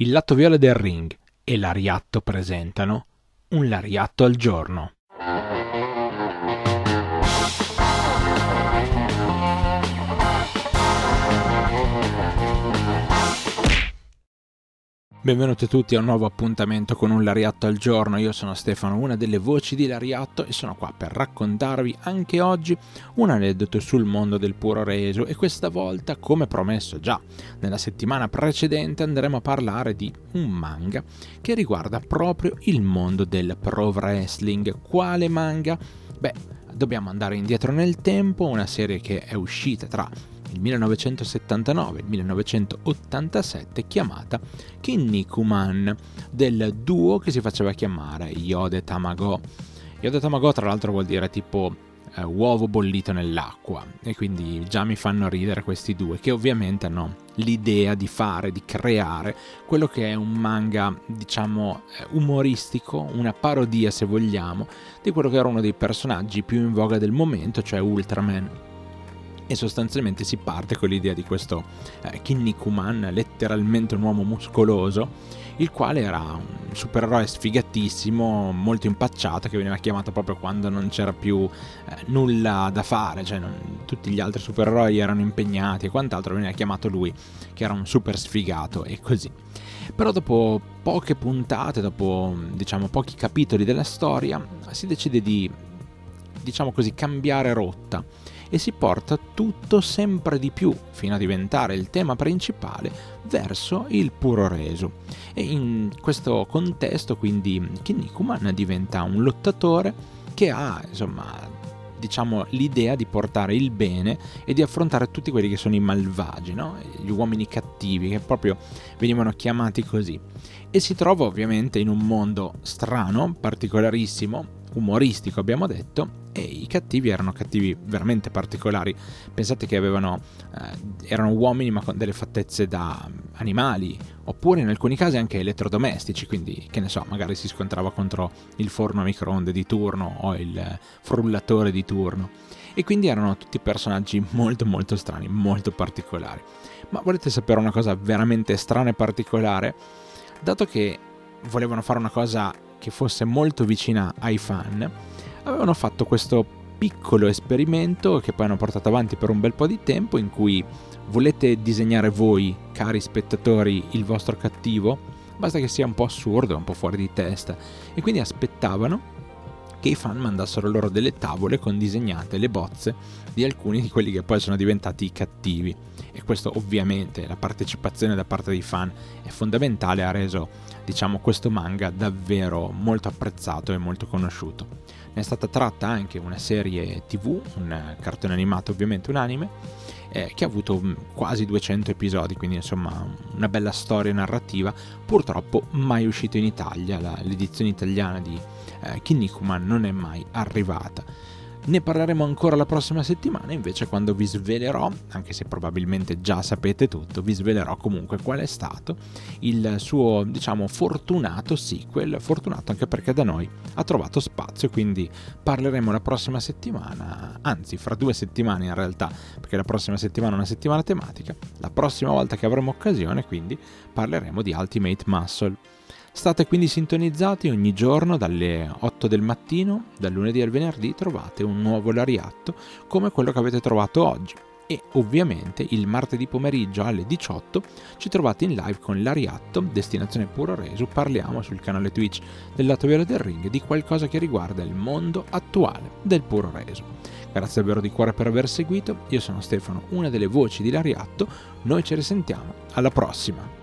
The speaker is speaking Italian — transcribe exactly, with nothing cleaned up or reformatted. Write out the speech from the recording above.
Il lato viola del ring e l'Ariatto presentano Un Lariatto al giorno. Benvenuti tutti a un nuovo appuntamento con Un Lariatto al giorno. Io sono Stefano, una delle voci di Lariatto, e sono qua per raccontarvi anche oggi un aneddoto sul mondo del puro reso, e questa volta, come promesso già nella settimana precedente, andremo a parlare di un manga che riguarda proprio il mondo del pro wrestling. Quale manga? Beh, dobbiamo andare indietro nel tempo, una serie che è uscita tra il millenovecentosettantanove e il millenovecentottantasette, chiamata Kinnikuman, del duo che si faceva chiamare Yode Tamago. Yode Tamago tra l'altro vuol dire tipo eh, uovo bollito nell'acqua, e quindi già mi fanno ridere questi due, che ovviamente hanno l'idea di fare, di creare quello che è un manga, diciamo, umoristico, una parodia se vogliamo, di quello che era uno dei personaggi più in voga del momento, cioè Ultraman. E sostanzialmente si parte con l'idea di questo eh, Kinnikuman, letteralmente un uomo muscoloso, il quale era un supereroe sfigatissimo, molto impacciato, che veniva chiamato proprio quando non c'era più eh, nulla da fare, cioè non, tutti gli altri supereroi erano impegnati e quant'altro, veniva chiamato lui, che era un super sfigato, e così. Però dopo poche puntate, dopo diciamo pochi capitoli della storia, si decide di, diciamo così, cambiare rotta, e si porta tutto sempre di più, fino a diventare il tema principale, verso il puro reso. E in questo contesto quindi Kinnikuman diventa un lottatore che ha, insomma, diciamo, l'idea di portare il bene e di affrontare tutti quelli che sono i malvagi, no? Gli uomini cattivi, che proprio venivano chiamati così. E si trova ovviamente in un mondo strano, particolarissimo, umoristico abbiamo detto, e i cattivi erano cattivi veramente particolari. Pensate che avevano eh, erano uomini ma con delle fattezze da animali, oppure in alcuni casi anche elettrodomestici, quindi che ne so, magari si scontrava contro il forno a microonde di turno o il frullatore di turno, e quindi erano tutti personaggi molto molto strani, molto particolari. Ma volete sapere una cosa veramente strana e particolare? Dato che volevano fare una cosa che fosse molto vicina ai fan, avevano fatto questo piccolo esperimento che poi hanno portato avanti per un bel po' di tempo, in cui volete disegnare voi, cari spettatori, il vostro cattivo, basta che sia un po' assurdo, un po' fuori di testa, e quindi aspettavano che i fan mandassero loro delle tavole con disegnate le bozze di alcuni di quelli che poi sono diventati i cattivi. E questo, ovviamente, la partecipazione da parte dei fan è fondamentale, ha reso, diciamo, questo manga davvero molto apprezzato e molto conosciuto. Ne è stata tratta anche una serie tivù, un cartone animato, ovviamente un anime, eh, che ha avuto quasi duecento episodi, quindi insomma una bella storia narrativa. Purtroppo mai uscito in Italia, la, l'edizione italiana di eh, Kinnikuman non è mai arrivata. Ne parleremo ancora la prossima settimana, invece, quando vi svelerò, anche se probabilmente già sapete tutto, vi svelerò comunque qual è stato il suo, diciamo, fortunato sequel, fortunato anche perché da noi ha trovato spazio, quindi parleremo la prossima settimana, anzi fra due settimane in realtà, perché la prossima settimana è una settimana tematica, la prossima volta che avremo occasione, quindi parleremo di Ultimate Muscle. State quindi sintonizzati, ogni giorno dalle otto del mattino, dal lunedì al venerdì, trovate un nuovo Lariatto come quello che avete trovato oggi. E ovviamente il martedì pomeriggio alle diciotto ci trovate in live con Lariatto, destinazione puro reso. Parliamo sul canale Twitch del lato viola del ring di qualcosa che riguarda il mondo attuale del puro reso. Grazie davvero di cuore per aver seguito, io sono Stefano, una delle voci di Lariatto, noi ci risentiamo alla prossima!